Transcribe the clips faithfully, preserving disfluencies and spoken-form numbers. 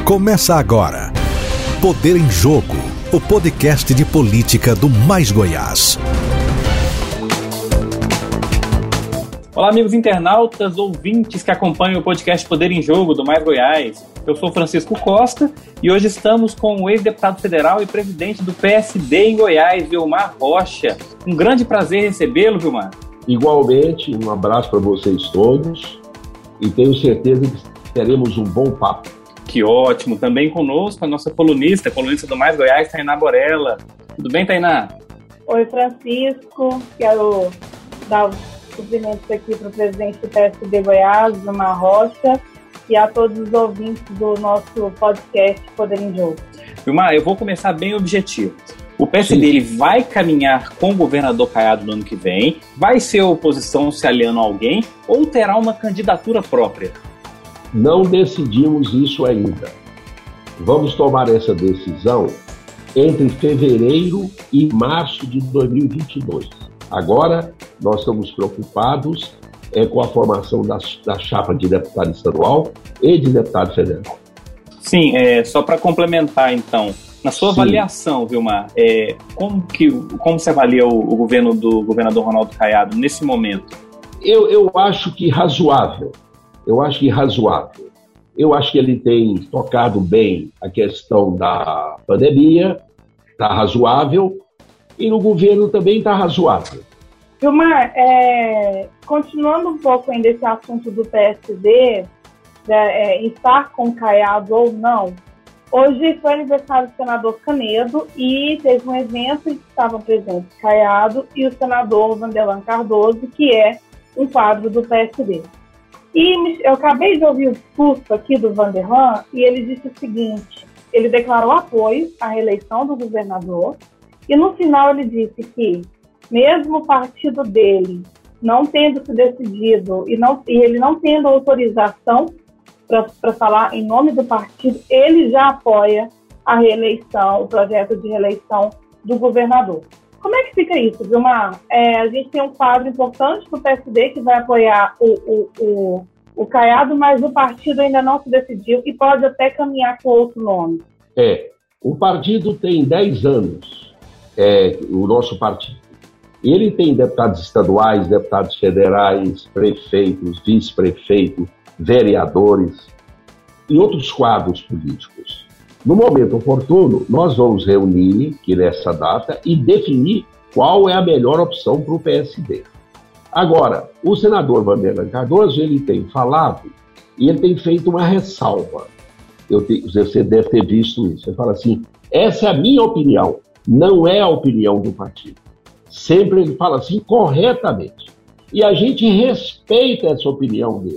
Começa agora. Poder em Jogo, o podcast de política do Mais Goiás. Olá, amigos internautas, ouvintes que acompanham o podcast Poder em Jogo do Mais Goiás. Eu sou Francisco Costa e hoje estamos com o ex-deputado federal e presidente do P S D em Goiás, Vilmar Rocha. Um grande prazer recebê-lo, Vilmar. Igualmente, um abraço para vocês todos e tenho certeza que teremos um bom papo. Que ótimo. Também conosco a nossa colunista, colunista do Mais Goiás, Tainá Borella. Tudo bem, Tainá? Oi, Francisco. Quero dar os cumprimentos aqui para o presidente do P S D Goiás, Vilmar Rocha, e a todos os ouvintes do nosso podcast Poder em Jogo. Vilmar, eu vou começar bem objetivo. O P S D ele vai caminhar com o governador Caiado no ano que vem? Vai ser oposição se aliando a alguém? Ou terá uma candidatura própria? Não decidimos isso ainda. Vamos tomar essa decisão entre fevereiro e março de dois mil e vinte e dois. Agora, nós estamos preocupados é, com a formação da, da chapa de deputado estadual e de deputado federal. Sim, é, só para complementar, então, na sua Sim. avaliação, Vilmar, é, como, que, como você avalia o, o governo do governador Ronaldo Caiado nesse momento? Eu, eu acho que razoável. Eu acho que razoável. Eu acho que ele tem tocado bem a questão da pandemia, está razoável, e no governo também está razoável. Vilmar, é, continuando um pouco ainda esse assunto do P S D, é, estar com Caiado ou não, hoje foi aniversário do senador Canedo e teve um evento em que estavam presentes Caiado e o senador Vanderlan Cardoso, que é um quadro do P S D. E eu acabei de ouvir o discurso aqui do Vanderlan e ele disse o seguinte, ele declarou apoio à reeleição do governador e no final ele disse que mesmo o partido dele não tendo se decidido e, não, e ele não tendo autorização para falar em nome do partido, ele já apoia a reeleição, o projeto de reeleição do governador. Como é que fica isso, Vilmar? É, a gente tem um quadro importante do P S D que vai apoiar o, o, o, o Caiado, mas o partido ainda não se decidiu e pode até caminhar com outro nome. É, o partido tem dez anos, é, o nosso partido. Ele tem deputados estaduais, deputados federais, prefeitos, vice-prefeitos, vereadores e outros quadros políticos. No momento oportuno, nós vamos reunir aqui nessa data e definir qual é a melhor opção para o P S D. Agora, o senador Vanderlan Cardoso, ele tem falado e ele tem feito uma ressalva. Eu te, você deve ter visto isso. Ele fala assim, essa é a minha opinião, não é a opinião do partido. Sempre ele fala assim corretamente. E a gente respeita essa opinião dele.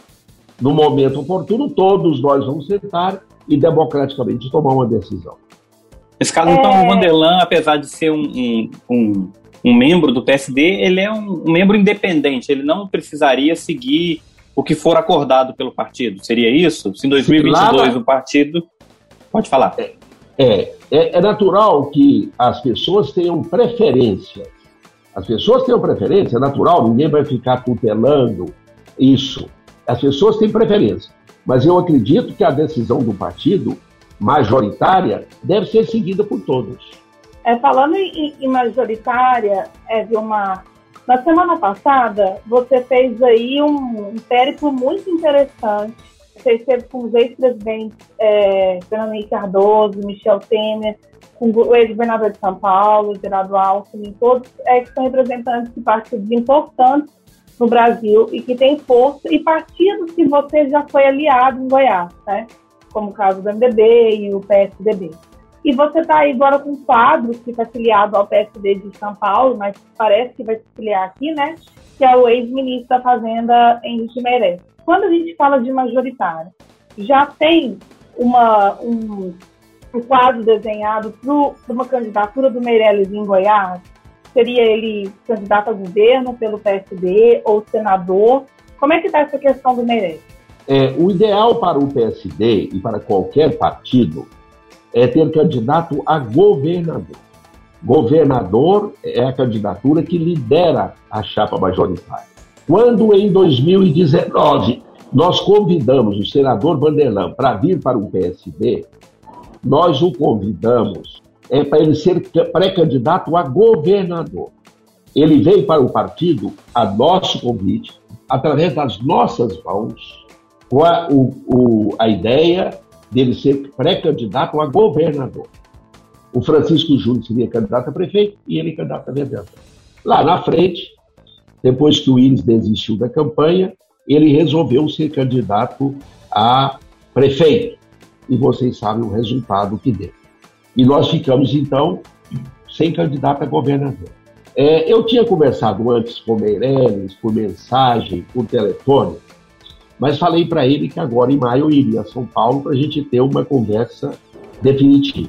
No momento oportuno, todos nós vamos sentar e democraticamente tomar uma decisão. Nesse caso, é... então, o Vanderlan, apesar de ser um, um, um, um membro do P S D, ele é um, um membro independente, ele não precisaria seguir o que for acordado pelo partido. Seria isso? Se em dois mil e vinte e dois Lá... o partido... Pode falar. É, é, é, é natural que as pessoas tenham preferência. As pessoas tenham preferência, é natural, ninguém vai ficar tutelando isso. As pessoas têm preferência. Mas eu acredito que a decisão do partido, majoritária, deve ser seguida por todos. É, falando em, em majoritária, é, Vilmar, na semana passada, você fez aí um, um périplo muito interessante. Você esteve com os ex-presidentes é, Fernando Henrique Cardoso, Michel Temer, com o ex-governador de São Paulo, Geraldo Alckmin, todos é, que são representantes de partidos importantes no Brasil e que tem força, e partidos que você já foi aliado em Goiás, né? Como o caso do M D B e o P S D B. E você está aí agora com um quadro que está filiado ao P S D de São Paulo, mas parece que vai se filiar aqui, né? Que é o ex-ministro da Fazenda, Henrique Meirelles. Quando a gente fala de majoritária, já tem uma, um, um quadro desenhado para uma candidatura do Meirelles em Goiás? Seria ele candidato a governo pelo P S D ou senador? Como é que está essa questão do Meirelles? É, o ideal para o P S D e para qualquer partido é ter candidato a governador. Governador é a candidatura que lidera a chapa majoritária. Quando em dois mil e dezenove nós convidamos o senador Vanderlan para vir para o P S B, nós o convidamos é, para ele ser pré-candidato a governador. Ele veio para o partido a nosso convite, através das nossas mãos, com a, o, o, a ideia dele ser pré-candidato a governador. O Francisco Júnior seria candidato a prefeito e ele candidato a vereador. Lá na frente, depois que o Willis desistiu da campanha, ele resolveu ser candidato a prefeito. E vocês sabem o resultado que deu. E nós ficamos, então, sem candidato a governador. É, eu tinha conversado antes com o Meirelles, por mensagem, por telefone, mas falei para ele que agora, em maio, eu iria a São Paulo para a gente ter uma conversa definitiva.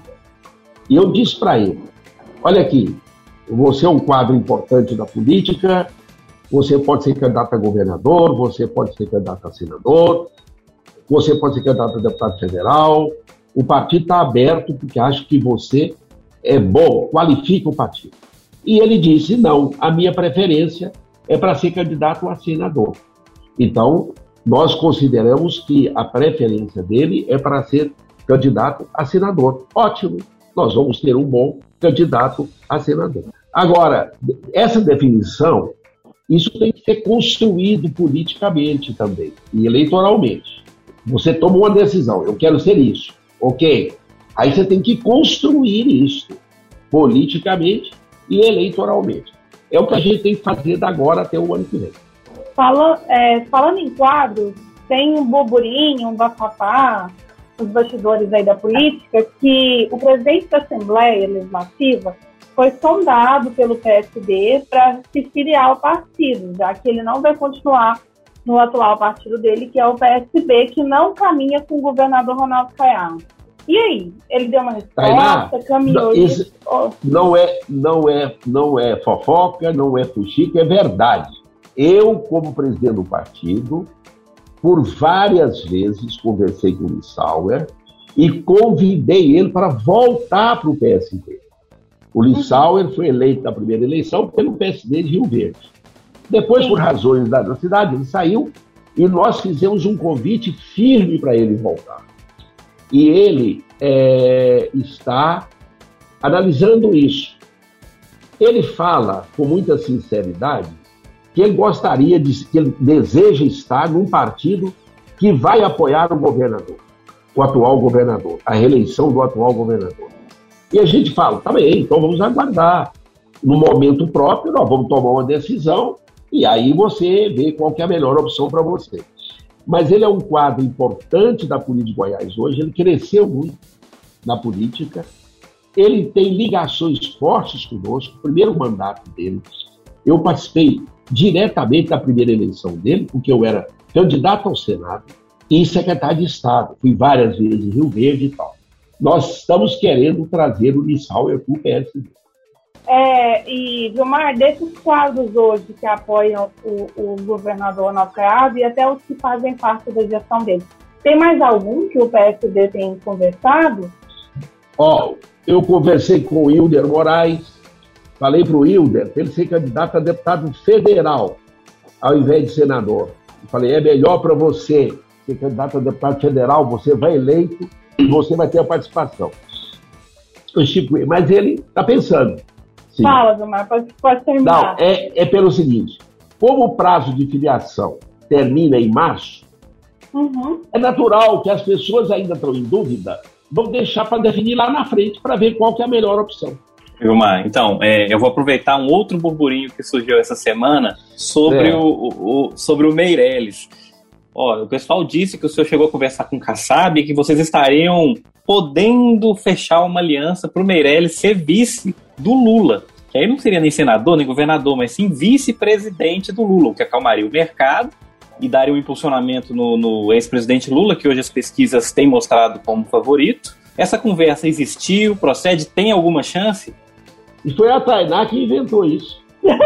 E eu disse para ele, olha aqui, você é um quadro importante da política, você pode ser candidato a governador, você pode ser candidato a senador, você pode ser candidato a deputado federal, o partido está aberto porque acha que você é bom, qualifica o partido. E ele disse, não, a minha preferência é para ser candidato a senador. Então, nós consideramos que a preferência dele é para ser candidato a senador. Ótimo, nós vamos ter um bom candidato a senador. Agora, essa definição, isso tem que ser construído politicamente também, e eleitoralmente. Você toma uma decisão, eu quero ser isso, ok? Aí você tem que construir isso politicamente e eleitoralmente. É o que a gente tem que fazer da agora até o ano que vem. Fala, é, falando em quadros, tem um burburinho, um bafafá, os bastidores aí da política, que o presidente da Assembleia Legislativa foi sondado pelo P S B para se filiar ao partido, já que ele não vai continuar no atual partido dele, que é o P S B, que não caminha com o governador Ronaldo Caiado. E aí? Ele deu uma resposta, Tainá, caminhou... Não, isso não, é, não, é, não é fofoca, não é fuxico, é verdade. Eu, como presidente do partido, por várias vezes conversei com o Lissauer e convidei ele para voltar para o P S B. O Lissauer foi eleito na primeira eleição pelo P S B de Rio Verde. Depois, por razões da, da cidade, ele saiu e nós fizemos um convite firme para ele voltar. E ele é, está analisando isso. Ele fala com muita sinceridade que ele gostaria, de, que ele deseja estar num partido que vai apoiar o governador, o atual governador, a reeleição do atual governador. E a gente fala, tá bem, então vamos aguardar. No momento próprio, nós vamos tomar uma decisão e aí você vê qual que é a melhor opção para você. Mas ele é um quadro importante da política de Goiás hoje, ele cresceu muito na política, ele tem ligações fortes conosco, o primeiro mandato dele, eu participei diretamente da primeira eleição dele, porque eu era candidato ao Senado e secretário de Estado, fui várias vezes em Rio Verde e tal. Nós estamos querendo trazer o Lissauer para o P S B. É, e, Vilmar, desses quadros hoje que apoiam o, o governador Ronaldo Caiado e até os que fazem parte da gestão dele, tem mais algum que o P S B tem conversado? Ó, eu conversei com o Hilder Moraes, falei para o Hilder para ele ser candidato a deputado federal, ao invés de senador. Eu falei, é melhor para você ser candidato a deputado federal, você vai eleito e você vai ter a participação. Mas ele está pensando. Sim. Fala, Vilmar, pode, pode terminar. Não, é, é pelo seguinte, como o prazo de filiação termina em março, uhum. é natural que as pessoas ainda estão em dúvida, vão deixar para definir lá na frente para ver qual que é a melhor opção. Vilmar, então, é, eu vou aproveitar um outro burburinho que surgiu essa semana sobre, é. o, o, o, sobre o Meirelles. Ó, o pessoal disse que o senhor chegou a conversar com o Kassab e que vocês estariam podendo fechar uma aliança para o Meirelles ser vice do Lula, que aí não seria nem senador, nem governador, mas sim vice-presidente do Lula, o que acalmaria o mercado e daria um impulsionamento no, no ex-presidente Lula, que hoje as pesquisas têm mostrado como favorito. Essa conversa existiu, procede, tem alguma chance? E foi a Tainá que inventou isso.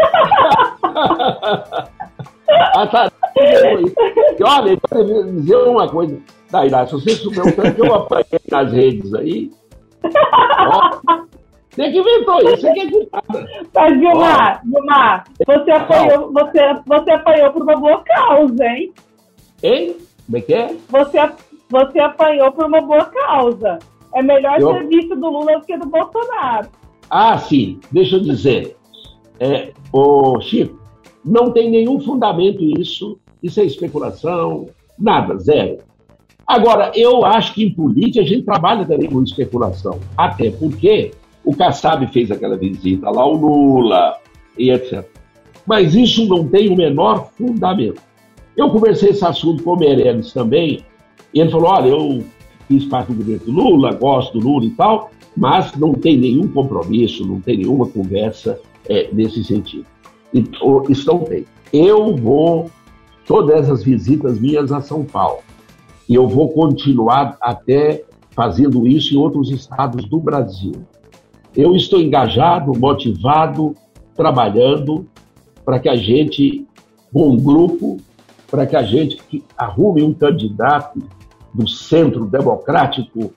A Tainá que inventou isso. E olha, eu vou dizer uma coisa, Tainá, se você souber o tanto que eu apanhei nas redes aí, ó, você que inventou isso, você que é culpada. Mas, Vilmar, Vilmar, você apoiou, você, você apoiou por uma boa causa, hein? Hein? Como é que é? Você, você apanhou por uma boa causa. É melhor eu... ser visto do Lula do que do Bolsonaro. Ah, sim. Deixa eu dizer. É, ô, Chico, não tem nenhum fundamento isso. Isso é especulação. Nada, zero. Agora, eu acho que em política a gente trabalha também com especulação. Até porque o Kassab fez aquela visita lá, o Lula e etcétera. Mas isso não tem o menor fundamento. Eu conversei esse assunto com o Meirelles também, e ele falou, olha, eu fiz parte do governo do Lula, gosto do Lula e tal, mas não tem nenhum compromisso, não tem nenhuma conversa é, nesse sentido. E, isso não tem. Eu vou, todas essas visitas minhas a São Paulo, e eu vou continuar até fazendo isso em outros estados do Brasil. Eu estou engajado, motivado, trabalhando para que a gente, com um grupo, para que a gente arrume um candidato do centro democrático,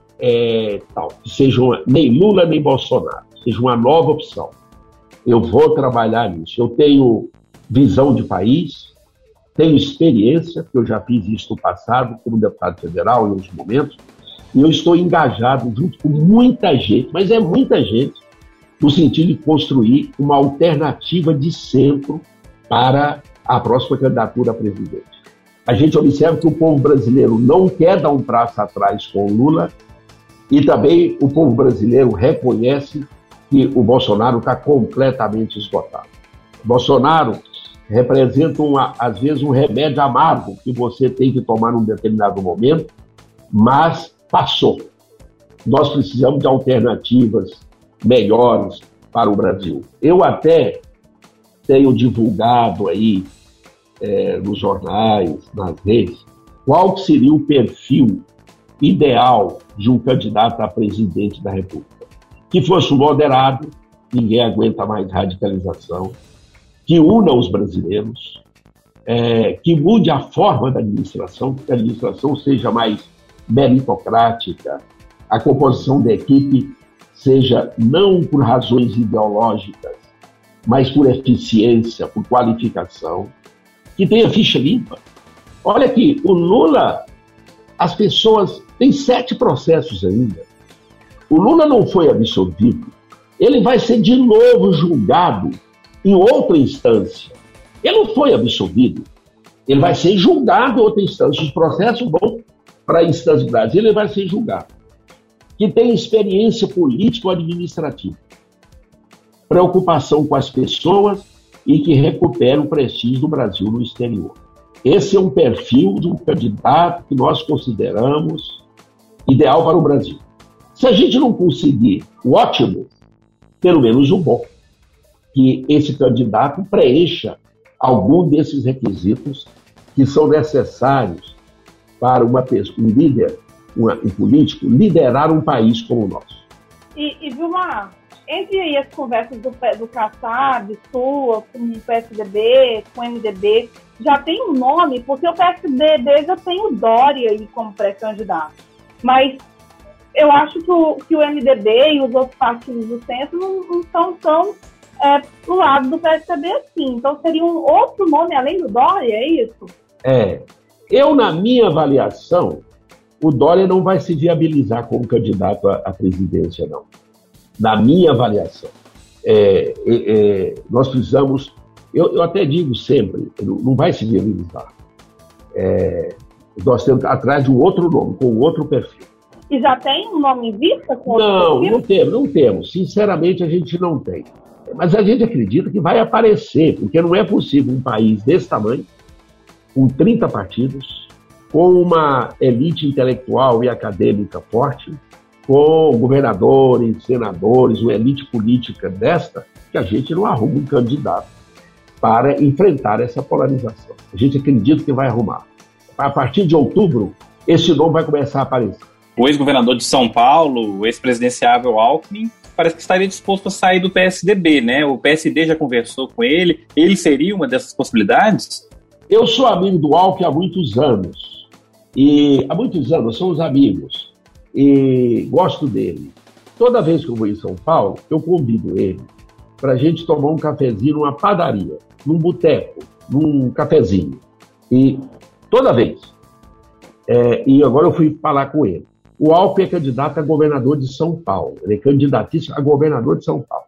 é, tal, que seja uma, nem Lula nem Bolsonaro, seja uma nova opção. Eu vou trabalhar nisso. Eu tenho visão de país, tenho experiência, porque eu já fiz isso no passado, como deputado federal em outros momentos, e eu estou engajado junto com muita gente, mas é muita gente, no sentido de construir uma alternativa de centro para a próxima candidatura a presidente. A gente observa que o povo brasileiro não quer dar um passo atrás com o Lula e também o povo brasileiro reconhece que o Bolsonaro está completamente esgotado. O Bolsonaro representa, uma, às vezes, um remédio amargo que você tem que tomar num determinado momento, mas passou. Nós precisamos de alternativas melhores para o Brasil. Eu até tenho divulgado aí é, nos jornais, nas redes, qual seria o perfil ideal de um candidato a presidente da República. Que fosse um moderado, ninguém aguenta mais radicalização, que una os brasileiros, é, que mude a forma da administração, que a administração seja mais meritocrática, a composição da equipe seja não por razões ideológicas, mas por eficiência, por qualificação, que tenha ficha limpa. Olha aqui, o Lula, as pessoas, tem sete processos ainda. O Lula não foi absolvido, ele vai ser de novo julgado em outra instância. Ele não foi absolvido, ele vai ser julgado em outra instância. Os processos vão para a instância do Brasil, ele vai ser julgado. Que tem experiência político-administrativa, preocupação com as pessoas e que recupera o prestígio do Brasil no exterior. Esse é um perfil de um candidato que nós consideramos ideal para o Brasil. Se a gente não conseguir o ótimo, pelo menos o bom, que esse candidato preencha algum desses requisitos que são necessários para uma pessoa, um líder, uma, um político, liderar um país como o nosso. E, e Vilmar, entre aí as conversas do, do Kassab, sua, com o P S D B, com o M D B, já tem um nome, porque o P S D B já tem o Dória aí como pré-candidato. Mas eu acho que o, que o M D B e os outros partidos do centro não, não estão tão é, pro lado do P S D B assim. Então seria um outro nome além do Dória, é isso? É. Eu, na minha avaliação, o Dória não vai se viabilizar como candidato à, à presidência, não. Na minha avaliação. É, é, é, nós precisamos, eu, eu até digo sempre, não vai se viabilizar. É, nós temos atrás de um outro nome, com outro perfil. E já tem um nome em vista? Com não, não temos, não temos. Sinceramente, a gente não tem. Mas a gente acredita que vai aparecer, porque não é possível um país desse tamanho, com trinta partidos, com uma elite intelectual e acadêmica forte, com governadores, senadores, uma elite política desta, que a gente não arruma um candidato para enfrentar essa polarização. A gente acredita que vai arrumar. A partir de outubro, esse nome vai começar a aparecer. O ex-governador de São Paulo, o ex-presidenciável Alckmin, parece que estaria disposto a sair do P S D B, né? O P S D já conversou com ele. Ele seria uma dessas possibilidades? Eu sou amigo do Alckmin há muitos anos. E há muitos anos somos amigos. E gosto dele. Toda vez que eu vou em São Paulo, eu convido ele para a gente tomar um cafezinho numa padaria, num boteco, num cafezinho. E toda vez. É, e agora eu fui falar com ele. O Alpe é candidato a governador de São Paulo. Ele é candidatíssimo a governador de São Paulo.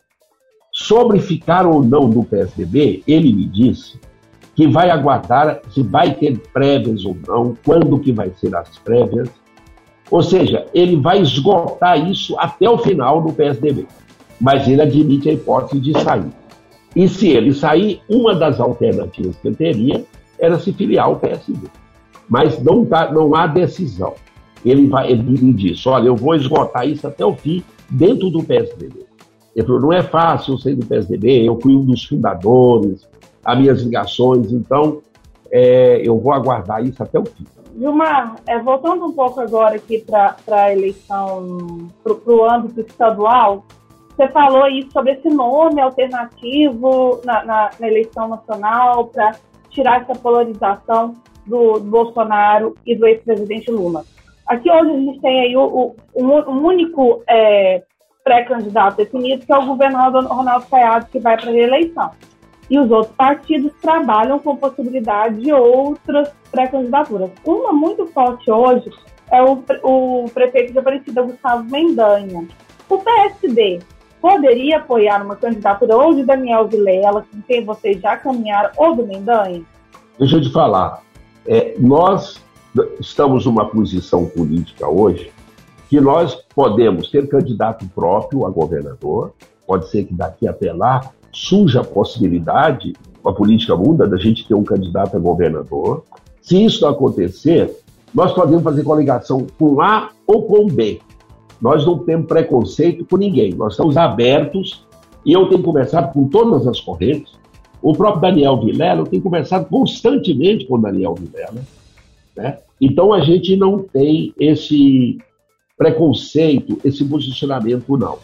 Sobre ficar ou não do P S D B, ele me disse que vai aguardar se vai ter prévias ou não, quando que vai ser as prévias. Ou seja, ele vai esgotar isso até o final do P S D B. Mas ele admite a hipótese de sair. E se ele sair, uma das alternativas que ele teria era se filiar ao P S D. Mas não, tá, não há decisão. Ele, vai, ele me disse, olha, eu vou esgotar isso até o fim dentro do P S D B. Ele falou, não é fácil eu sair do P S D B, eu fui um dos fundadores, as minhas ligações, então é, eu vou aguardar isso até o fim. Gilmar, é, voltando um pouco agora aqui para a eleição, para o âmbito estadual, você falou aí sobre esse nome alternativo na, na, na eleição nacional para tirar essa polarização do, do Bolsonaro e do ex-presidente Lula. Aqui hoje a gente tem aí o, o, um único é, pré-candidato definido, que é o governador Ronaldo Caiado, que vai para a reeleição. E os outros partidos trabalham com possibilidade de outras pré-candidaturas. Uma muito forte hoje é o, o prefeito de Aparecida, Gustavo Mendanha. O P S D poderia apoiar uma candidatura ou de Daniel Vilela, com quem vocês já caminharam, ou do Mendanha? Deixa eu te falar. É, nós estamos numa posição política hoje que nós podemos ter candidato próprio a governador, pode ser que daqui até lá surja a possibilidade, a política muda, da gente ter um candidato a governador. Se isso não acontecer, nós podemos fazer coligação com A ou com B. Nós não temos preconceito com ninguém, nós estamos abertos e eu tenho conversado com todas as correntes. O próprio Daniel Vilela, eu tenho conversado constantemente com o Daniel Vilela, né? Então a gente não tem esse preconceito, esse posicionamento, não.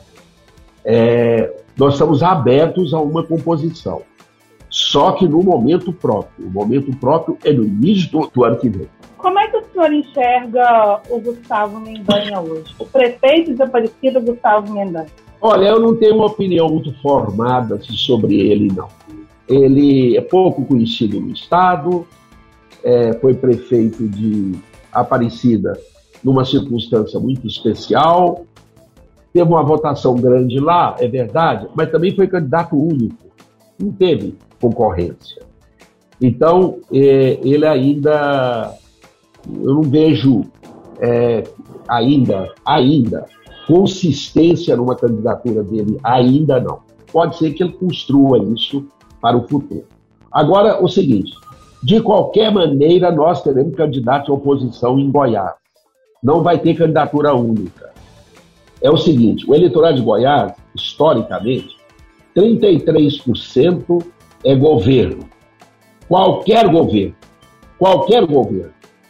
É, nós estamos abertos a uma composição, só que no momento próprio. O momento próprio é no início do, do ano que vem. Como é que o senhor enxerga o Gustavo Mendanha hoje? O prefeito de Aparecida, Gustavo Mendanha. Olha, eu não tenho uma opinião muito formada sobre ele, não. Ele é pouco conhecido no estado, é, foi prefeito de Aparecida numa circunstância muito especial, teve uma votação grande lá, é verdade, mas também foi candidato único, não teve concorrência. Então, é, ele ainda, eu não vejo é, ainda, ainda, consistência numa candidatura dele, ainda não. Pode ser que ele construa isso para o futuro. Agora, o seguinte, de qualquer maneira, nós teremos candidato à oposição em Goiás. Não vai ter candidatura única. É o seguinte, o eleitorado de Goiás, historicamente, trinta e três por cento é governo. Qualquer governo. Qualquer governo.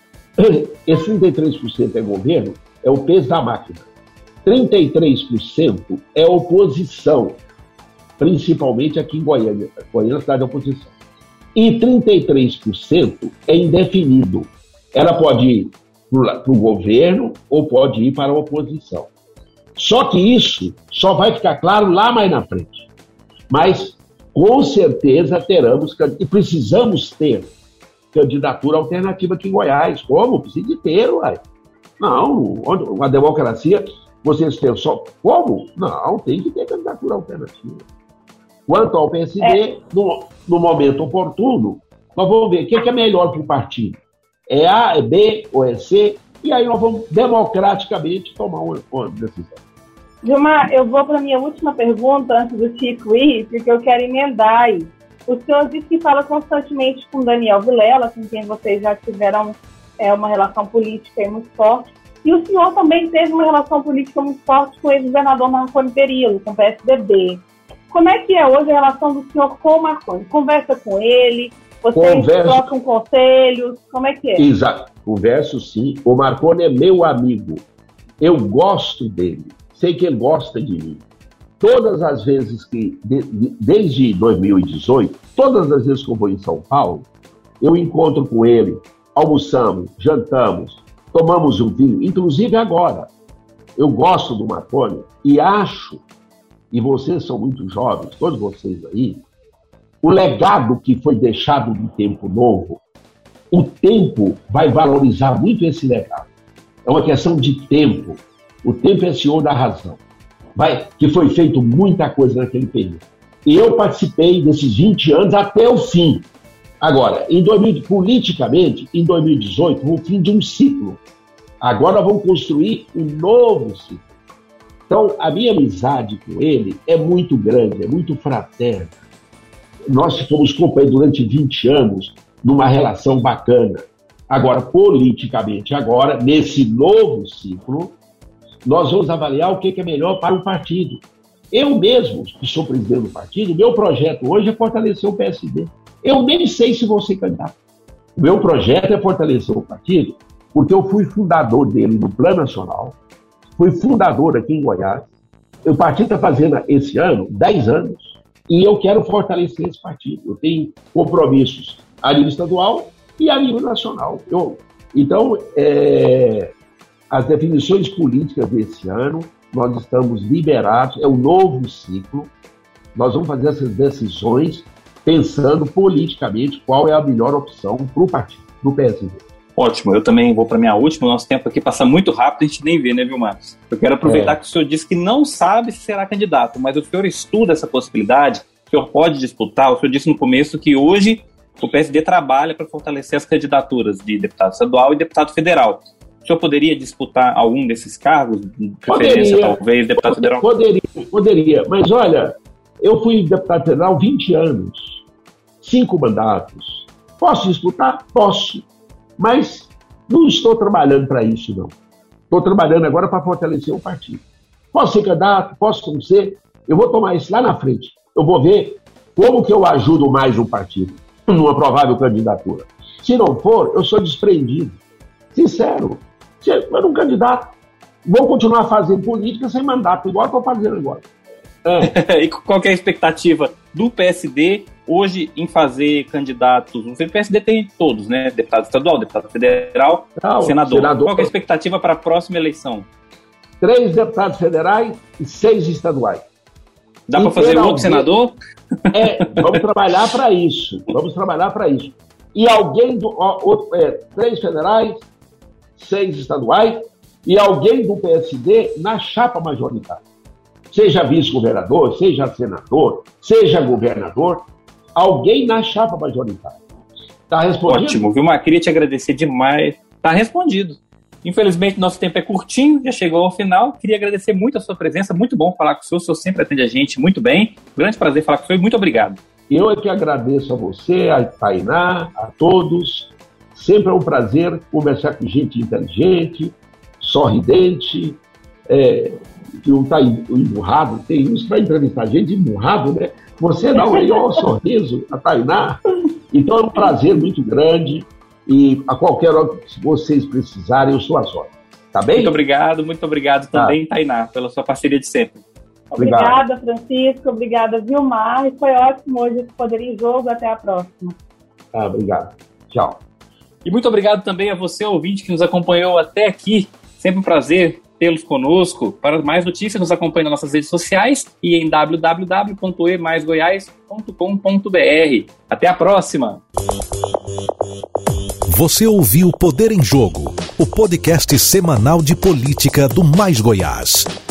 Esse trinta e três por cento é governo, é o peso da máquina. trinta e três por cento é oposição, principalmente aqui em Goiânia. Goiânia é a cidade de oposição. E trinta e três por cento é indefinido. Ela pode ir para o governo ou pode ir para a oposição. Só que isso só vai ficar claro lá mais na frente. Mas, com certeza, teremos, e precisamos ter, candidatura alternativa aqui em Goiás. Como? Precisa ter, uai. Não, uma democracia, vocês têm só... Como? Não, tem que ter candidatura alternativa. Quanto ao P S D, é. no, no momento oportuno, nós vamos ver o que é melhor para o partido. É A, é B ou é C? E aí nós vamos democraticamente tomar uma, uma decisão. Gilmar, eu vou para a minha última pergunta antes do Chico ir, porque eu quero emendar aí. O senhor disse que fala constantemente com Daniel Vilela, com quem vocês já tiveram é, uma relação política muito forte. E o senhor também teve uma relação política muito forte com o ex-governador Marconi Perillo, com o P S D B. Como é que é hoje a relação do senhor com o Marconi? Conversa com ele? Vocês Converso... trocam conselhos? Como é que é? Exato. Converso sim. O Marconi é meu amigo. Eu gosto dele. Sei que ele gosta de mim. Todas as vezes que, de, de, desde dois mil e dezoito, todas as vezes que eu vou em São Paulo, eu encontro com ele, almoçamos, jantamos, tomamos um vinho, inclusive agora. Eu gosto do Marconi e acho, e vocês são muito jovens, todos vocês aí, o legado que foi deixado do Tempo Novo o tempo vai valorizar muito esse legado. É uma questão de tempo. O tempo é senhor da razão. Vai, que foi feito muita coisa naquele período. E eu participei desses vinte anos até o fim. Agora, em dois mil, politicamente, em dois mil e dezoito, o fim de um ciclo. Agora vamos construir um novo ciclo. Então, a minha amizade com ele é muito grande, é muito fraterna. Nós fomos companheiros durante vinte anos, numa relação bacana. Agora, politicamente, agora, nesse novo ciclo, nós vamos avaliar o que é melhor para o partido. Eu mesmo, que sou presidente do partido, meu projeto hoje é fortalecer o P S D. Eu nem sei se vou ser candidato. O meu projeto é fortalecer o partido, porque eu fui fundador dele no Plano Nacional, fui fundador aqui em Goiás. O partido está fazendo esse ano dez anos, e eu quero fortalecer esse partido. Eu tenho compromissos a nível estadual e a nível nacional. Eu, então, é, as definições políticas desse ano, nós estamos liberados, é um novo ciclo. Nós vamos fazer essas decisões pensando politicamente qual é a melhor opção para o partido, para o P S D. Ótimo, eu também vou para a minha última. O nosso tempo aqui passa muito rápido, a gente nem vê, né, viu, Marcos? Eu quero aproveitar é. que o senhor disse que não sabe se será candidato, mas o senhor estuda essa possibilidade, o senhor pode disputar. O senhor disse no começo que hoje o P S D trabalha para fortalecer as candidaturas de deputado estadual e deputado federal. O senhor poderia disputar algum desses cargos? De preferência, poderia, talvez, deputado federal? Poderia, poderia. Mas, olha, eu fui deputado federal vinte anos, cinco mandatos. Posso disputar? Posso. Mas não estou trabalhando para isso, não. Estou trabalhando agora para fortalecer o partido. Posso ser candidato? Posso não ser? Eu vou tomar isso lá na frente. Eu vou ver como que eu ajudo mais o partido numa provável candidatura. Se não for, eu sou desprendido. Sincero. Eu não candidato. Vou continuar fazendo política sem mandato, igual estou fazendo agora. É. E qual que é a expectativa do P S D hoje em fazer candidatos? O P S D tem todos, né? Deputado estadual, deputado federal, não, senador. senador. Qual que é a expectativa para a próxima eleição? Três deputados federais e seis estaduais. Dá para fazer outro senador? É, vamos trabalhar para isso. Vamos trabalhar para isso. E alguém do... Ó, outro, é, três federais, seis estaduais e alguém do P S D na chapa majoritária. Seja vice-governador, seja senador, seja governador, alguém na chapa majoritária. Está respondido? Ótimo, Vilmar, queria te agradecer demais. Está respondido. Infelizmente, nosso tempo é curtinho, já chegou ao final. Queria agradecer muito a sua presença, muito bom falar com o senhor, o senhor sempre atende a gente muito bem. Grande prazer falar com o senhor e muito obrigado. Eu é que agradeço a você, a Tainá, a todos. Sempre é um prazer conversar com gente inteligente, sorridente, é, que não está emburrado. Tem uns para entrevistar gente emburrado, né? Você dá um maior sorriso, a Tainá. Então é um prazer muito grande e a qualquer hora que vocês precisarem, eu sou às ordens. Tá bem? Muito obrigado, muito obrigado também, tá. Tainá, pela sua parceria de sempre. Obrigado. Obrigada, Francisco. Obrigada, Vilmar. E foi ótimo hoje esse Poder em Jogo. Até a próxima. Ah, obrigado. Tchau. E muito obrigado também a você, ouvinte, que nos acompanhou até aqui. Sempre um prazer tê-los conosco. Para mais notícias, nos acompanhe nas nossas redes sociais e em w w w ponto e mais goiás ponto com ponto b r. Até a próxima! Você ouviu Poder em Jogo, o podcast semanal de política do Mais Goiás.